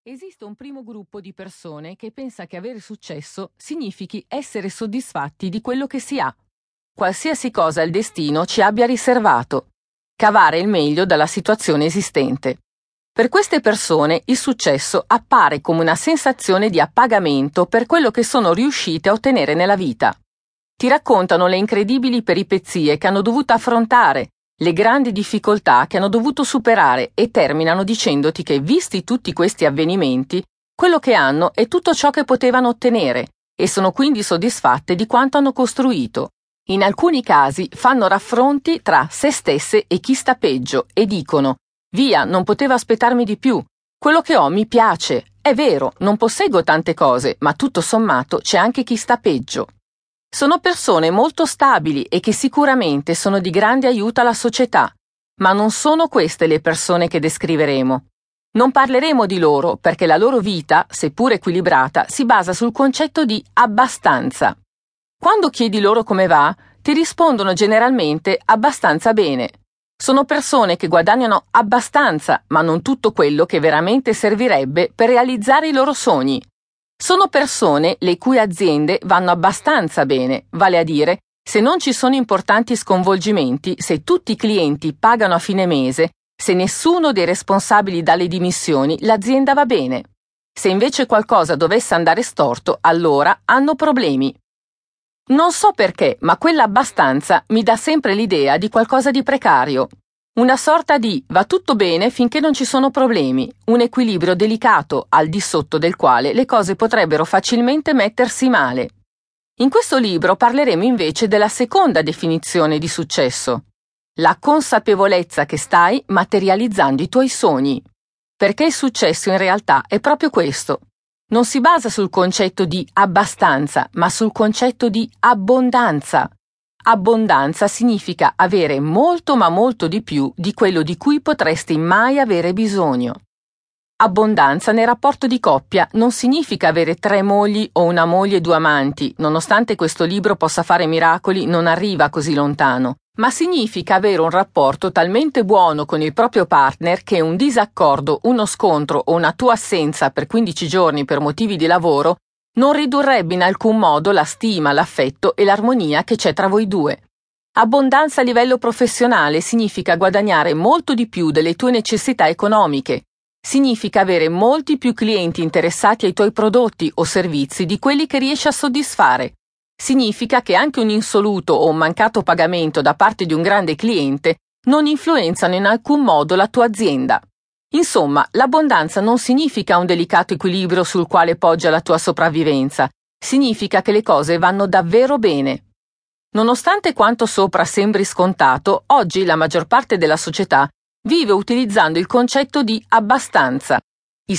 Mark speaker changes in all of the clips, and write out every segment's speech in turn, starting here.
Speaker 1: Esiste un primo gruppo di persone che pensa che avere successo significhi essere soddisfatti di quello che si ha, qualsiasi cosa il destino ci abbia riservato, cavare il meglio dalla situazione esistente. Per queste persone il successo appare come una sensazione di appagamento per quello che sono riuscite a ottenere nella vita. Ti raccontano le incredibili peripezie che hanno dovuto affrontare, le grandi difficoltà che hanno dovuto superare e terminano dicendoti che, visti tutti questi avvenimenti, quello che hanno è tutto ciò che potevano ottenere e sono quindi soddisfatte di quanto hanno costruito. In alcuni casi fanno raffronti tra se stesse e chi sta peggio e dicono: via, non potevo aspettarmi di più. Quello che ho mi piace. È vero, non posseggo tante cose, ma tutto sommato c'è anche chi sta peggio. Sono persone molto stabili e che sicuramente sono di grande aiuto alla società, ma non sono queste le persone che descriveremo. Non parleremo di loro perché la loro vita, seppur equilibrata, si basa sul concetto di abbastanza. Quando chiedi loro come va, ti rispondono generalmente abbastanza bene. Sono persone che guadagnano abbastanza, ma non tutto quello che veramente servirebbe per realizzare i loro sogni. Sono persone le cui aziende vanno abbastanza bene, vale a dire, se non ci sono importanti sconvolgimenti, se tutti i clienti pagano a fine mese, se nessuno dei responsabili dà le dimissioni, l'azienda va bene. Se invece qualcosa dovesse andare storto, allora hanno problemi. Non so perché, ma quella abbastanza mi dà sempre l'idea di qualcosa di precario. Una sorta di va tutto bene finché non ci sono problemi, un equilibrio delicato al di sotto del quale le cose potrebbero facilmente mettersi male. In questo libro parleremo invece della seconda definizione di successo, la consapevolezza che stai materializzando i tuoi sogni. Perché il successo in realtà è proprio questo. Non si basa sul concetto di abbastanza, ma sul concetto di abbondanza. Abbondanza significa avere molto ma molto di più di quello di cui potresti mai avere bisogno. Abbondanza nel rapporto di coppia non significa avere 3 mogli o una moglie e 2 amanti, nonostante questo libro possa fare miracoli, non arriva così lontano, ma significa avere un rapporto talmente buono con il proprio partner che un disaccordo, uno scontro o una tua assenza per 15 giorni per motivi di lavoro non ridurrebbe in alcun modo la stima, l'affetto e l'armonia che c'è tra voi due. Abbondanza a livello professionale significa guadagnare molto di più delle tue necessità economiche. Significa avere molti più clienti interessati ai tuoi prodotti o servizi di quelli che riesci a soddisfare. Significa che anche un insoluto o un mancato pagamento da parte di un grande cliente non influenzano in alcun modo la tua azienda. Insomma, l'abbondanza non significa un delicato equilibrio sul quale poggia la tua sopravvivenza, significa che le cose vanno davvero bene. Nonostante quanto sopra sembri scontato, oggi la maggior parte della società vive utilizzando il concetto di abbastanza. Il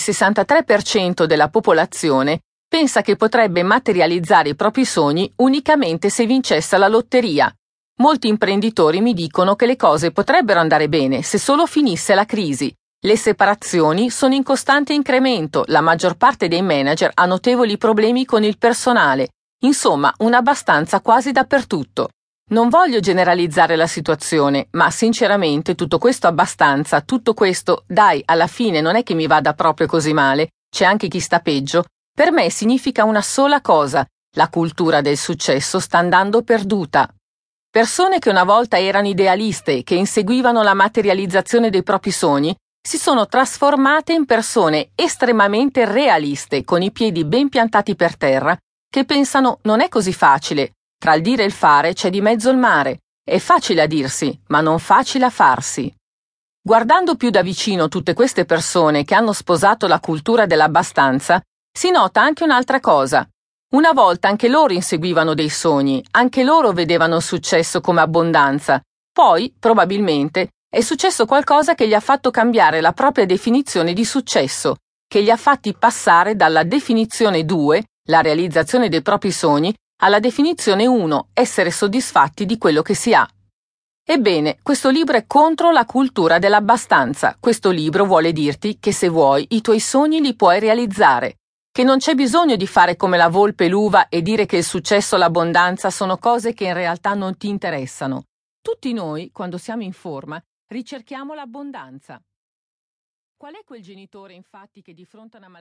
Speaker 1: 63% della popolazione pensa che potrebbe materializzare i propri sogni unicamente se vincesse la lotteria. Molti imprenditori mi dicono che le cose potrebbero andare bene se solo finisse la crisi. Le separazioni sono in costante incremento, la maggior parte dei manager ha notevoli problemi con il personale, insomma un'abbastanza quasi dappertutto. Non voglio generalizzare la situazione, ma sinceramente tutto questo abbastanza, tutto questo dai, alla fine non è che mi vada proprio così male, c'è anche chi sta peggio, per me significa una sola cosa: la cultura del successo sta andando perduta. Persone che una volta erano idealiste, che inseguivano la materializzazione dei propri sogni, si sono trasformate in persone estremamente realiste, con i piedi ben piantati per terra, che pensano non è così facile, tra il dire e il fare c'è di mezzo il mare, è facile a dirsi, ma non facile a farsi. Guardando più da vicino tutte queste persone che hanno sposato la cultura dell'abbastanza, si nota anche un'altra cosa. Una volta anche loro inseguivano dei sogni, anche loro vedevano il successo come abbondanza, poi, probabilmente, è successo qualcosa che gli ha fatto cambiare la propria definizione di successo, che gli ha fatti passare dalla definizione 2, la realizzazione dei propri sogni, alla definizione 1, essere soddisfatti di quello che si ha. Ebbene, questo libro è contro la cultura dell'abbastanza. Questo libro vuole dirti che se vuoi i tuoi sogni li puoi realizzare, che non c'è bisogno di fare come la volpe e l'uva e dire che il successo e l'abbondanza sono cose che in realtà non ti interessano. Tutti noi, quando siamo in forma, ricerchiamo l'abbondanza. Qual è quel genitore, infatti, che di fronte a una